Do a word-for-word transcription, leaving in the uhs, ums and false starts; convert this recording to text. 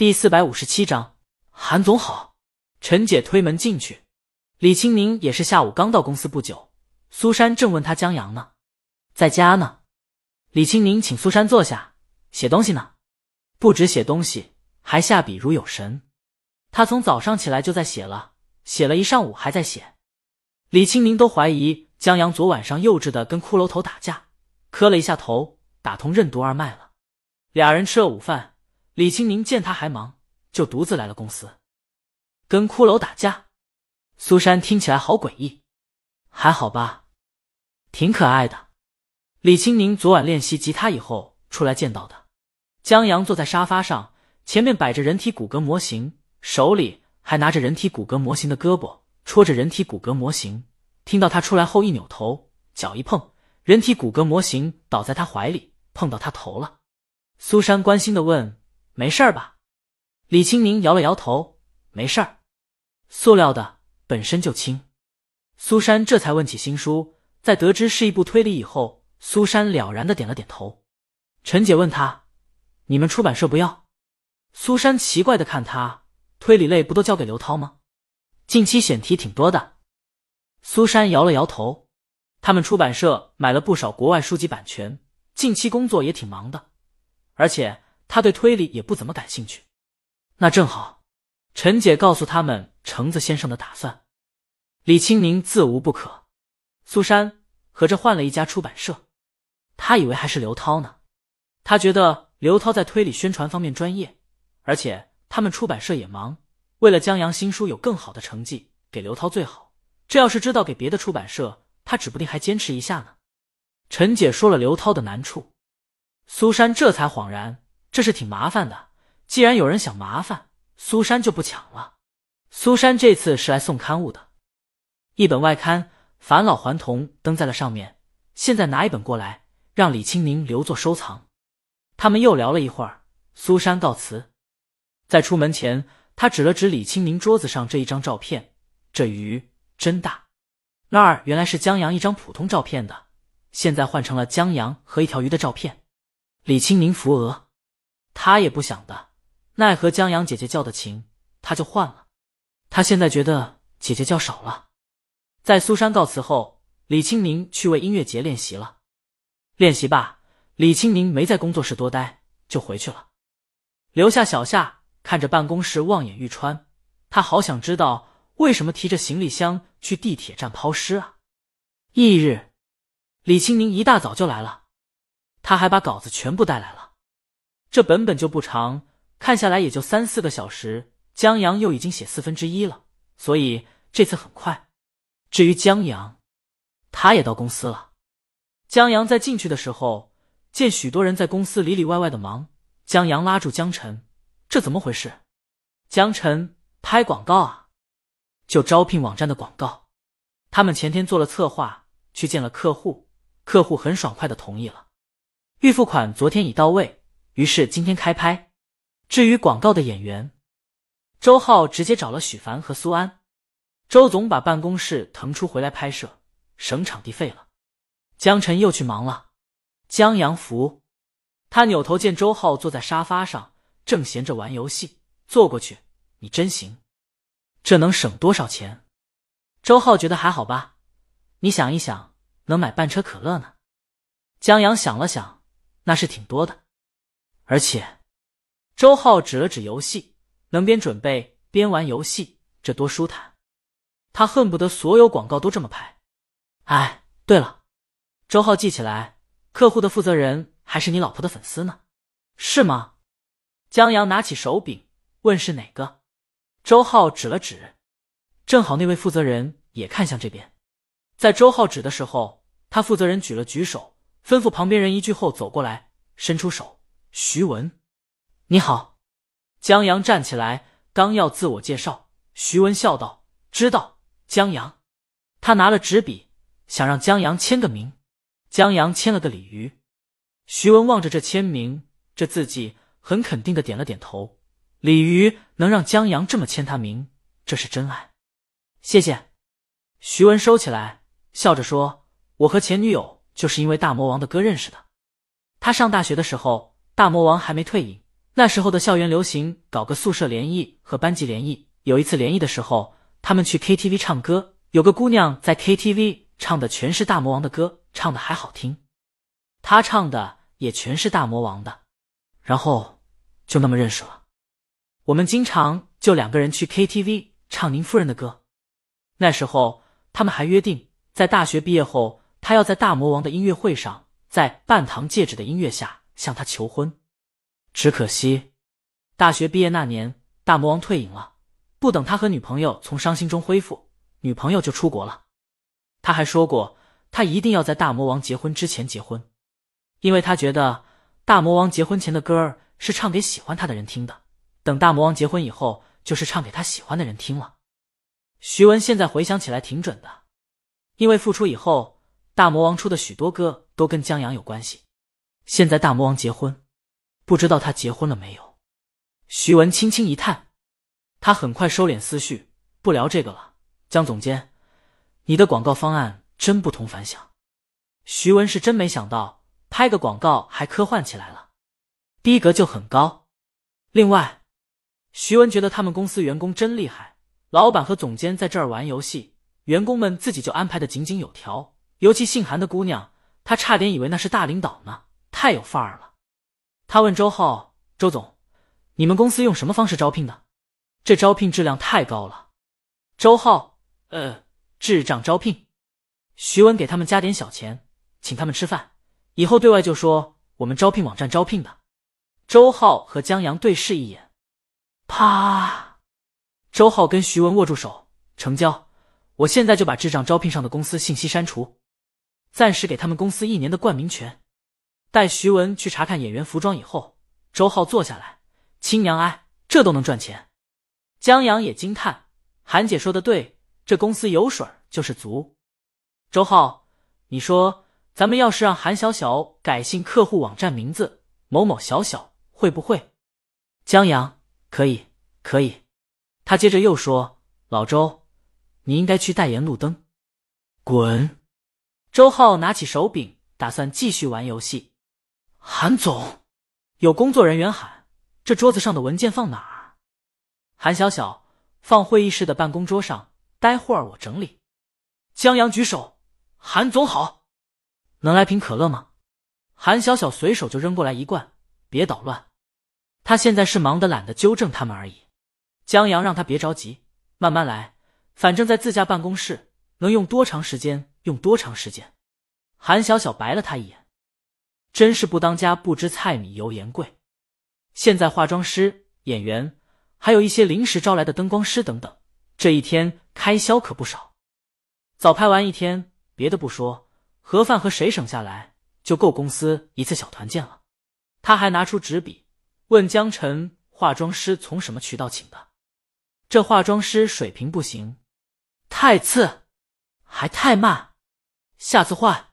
第四百五十七章，韩总好。陈姐推门进去，李青宁也是下午刚到公司不久，苏珊正问他江阳呢。在家呢。李青宁请苏珊坐下，写东西呢。不止写东西，还下笔如有神。他从早上起来就在写了，写了一上午还在写。李青宁都怀疑江阳昨晚上幼稚的跟骷髅头打架，磕了一下头，打通任督二脉了。俩人吃了午饭，李青宁见他还忙，就独自来了公司。跟骷髅打架？苏珊听起来好诡异。还好吧，挺可爱的。李青宁昨晚练习吉他以后出来见到的。江阳坐在沙发上，前面摆着人体骨骼模型，手里还拿着人体骨骼模型的胳膊戳着人体骨骼模型。听到他出来后一扭头，脚一碰，人体骨骼模型倒在他怀里，碰到他头了。苏珊关心地问：没事儿吧？李青宁摇了摇头，没事儿。塑料的本身就轻。苏珊这才问起新书，在得知是一部推理以后，苏珊了然地点了点头。陈姐问他：你们出版社不要？苏珊奇怪地看他，推理类不都交给刘涛吗？近期选题挺多的。苏珊摇了摇头，他们出版社买了不少国外书籍版权，近期工作也挺忙的，而且他对推理也不怎么感兴趣。那正好，陈姐告诉他们橙子先生的打算。李青宁自无不可。苏珊合着换了一家出版社，他以为还是刘涛呢。他觉得刘涛在推理宣传方面专业，而且他们出版社也忙，为了江阳新书有更好的成绩，给刘涛最好。这要是知道给别的出版社，他指不定还坚持一下呢。陈姐说了刘涛的难处，苏珊这才恍然，这是挺麻烦的。既然有人想麻烦，苏珊就不抢了。苏珊这次是来送刊物的，一本外刊返老还童登在了上面，现在拿一本过来，让李青宁留作收藏。他们又聊了一会儿，苏珊告辞。在出门前，他指了指李青宁桌子上这一张照片，这鱼真大。那儿原来是江阳一张普通照片的，现在换成了江阳和一条鱼的照片。李青宁扶额，他也不想的，奈何江阳姐姐叫的勤，他就换了。他现在觉得姐姐叫少了。在苏珊告辞后，李青宁去为音乐节练习了。练习罢，李青宁没在工作室多待，就回去了。留下小夏看着办公室望眼欲穿，他好想知道为什么提着行李箱去地铁站抛尸啊。翌日，李青宁一大早就来了，他还把稿子全部带来了。这本本就不长，看下来也就三四个小时，江阳又已经写四分之一了，所以这次很快。至于江阳，他也到公司了。江阳在进去的时候，见许多人在公司里里外外的忙，江阳拉住江晨：这怎么回事？江晨：拍广告啊，就招聘网站的广告。他们前天做了策划，去见了客户，客户很爽快的同意了。预付款昨天已到位，于是今天开拍。至于广告的演员，周浩直接找了许凡和苏安。周总把办公室腾出回来拍摄，省场地费了。江晨又去忙了。江阳服，他扭头见周浩坐在沙发上，正闲着玩游戏，坐过去：你真行，这能省多少钱？周浩觉得还好吧，你想一想，能买半车可乐呢。江阳想了想，那是挺多的。而且，周浩指了指游戏，能边准备边玩游戏，这多舒坦。他恨不得所有广告都这么拍。哎，对了，周浩记起来，客户的负责人还是你老婆的粉丝呢。是吗？江阳拿起手柄，问是哪个。周浩指了指，正好那位负责人也看向这边。在周浩指的时候，他负责人举了举手，吩咐旁边人一句后走过来，伸出手：徐文。你好。江阳站起来，刚要自我介绍，徐文笑道：知道，江阳。他拿了纸笔，想让江阳签个名。江阳签了个鲤鱼。徐文望着这签名，这字迹，很肯定的点了点头。鲤鱼能让江阳这么签他名，这是真爱。谢谢。徐文收起来，笑着说：我和前女友就是因为大魔王的歌认识的。他上大学的时候，大魔王还没退隐， 那时候的校园流行搞个宿舍联谊和班级联谊，有一次联谊的时候，他们去 K T V 唱歌，有个姑娘在 K T V 唱的全是大魔王的歌，唱的还好听，她唱的也全是大魔王的，然后就那么认识了。我们经常就两个人去 K T V 唱您夫人的歌。那时候他们还约定，在大学毕业后，他要在大魔王的音乐会上，在半堂戒指的音乐下向他求婚。只可惜大学毕业那年，大魔王退隐了，不等他和女朋友从伤心中恢复，女朋友就出国了。他还说过，他一定要在大魔王结婚之前结婚，因为他觉得大魔王结婚前的歌儿是唱给喜欢他的人听的，等大魔王结婚以后，就是唱给他喜欢的人听了。徐文现在回想起来挺准的，因为复出以后，大魔王出的许多歌都跟江阳有关系。现在大魔王结婚，不知道他结婚了没有。徐文轻轻一叹，他很快收敛思绪，不聊这个了。江总监，你的广告方案真不同凡响。徐文是真没想到，拍个广告还科幻起来了，逼格就很高。另外，徐文觉得他们公司员工真厉害，老板和总监在这儿玩游戏，员工们自己就安排得井井有条，尤其姓韩的姑娘，他差点以为那是大领导呢，太有范儿了。他问周浩，周总，你们公司用什么方式招聘的？这招聘质量太高了。周浩，呃，智障招聘。徐文给他们加点小钱，请他们吃饭，以后对外就说我们招聘网站招聘的。周浩和江阳对视一眼，啪！周浩跟徐文握住手，成交，我现在就把智障招聘上的公司信息删除，暂时给他们公司一年的冠名权。带徐文去查看演员服装以后，周浩坐下来，亲娘哎，这都能赚钱。江阳也惊叹，韩姐说的对，这公司有水就是足。周浩，你说咱们要是让韩小小改姓客户网站名字某某小小，会不会？江阳，可以，可以。他接着又说，老周，你应该去代言路灯。滚！周浩拿起手柄，打算继续玩游戏。韩总，有工作人员喊，这桌子上的文件放哪儿？韩小小，放会议室的办公桌上，待会儿我整理。江阳举手，韩总好，能来瓶可乐吗？韩小小随手就扔过来一罐，别捣乱。他现在是忙得懒得纠正他们而已。江阳让他别着急，慢慢来，反正在自家办公室，能用多长时间用多长时间。韩小小白了他一眼，真是不当家不知柴米油盐贵。现在化妆师、演员，还有一些临时招来的灯光师等等，这一天开销可不少。早拍完一天，别的不说，盒饭和谁省下来，就够公司一次小团建了。他还拿出纸笔，问江晨化妆师从什么渠道请的。这化妆师水平不行，太次，还太慢，下次换。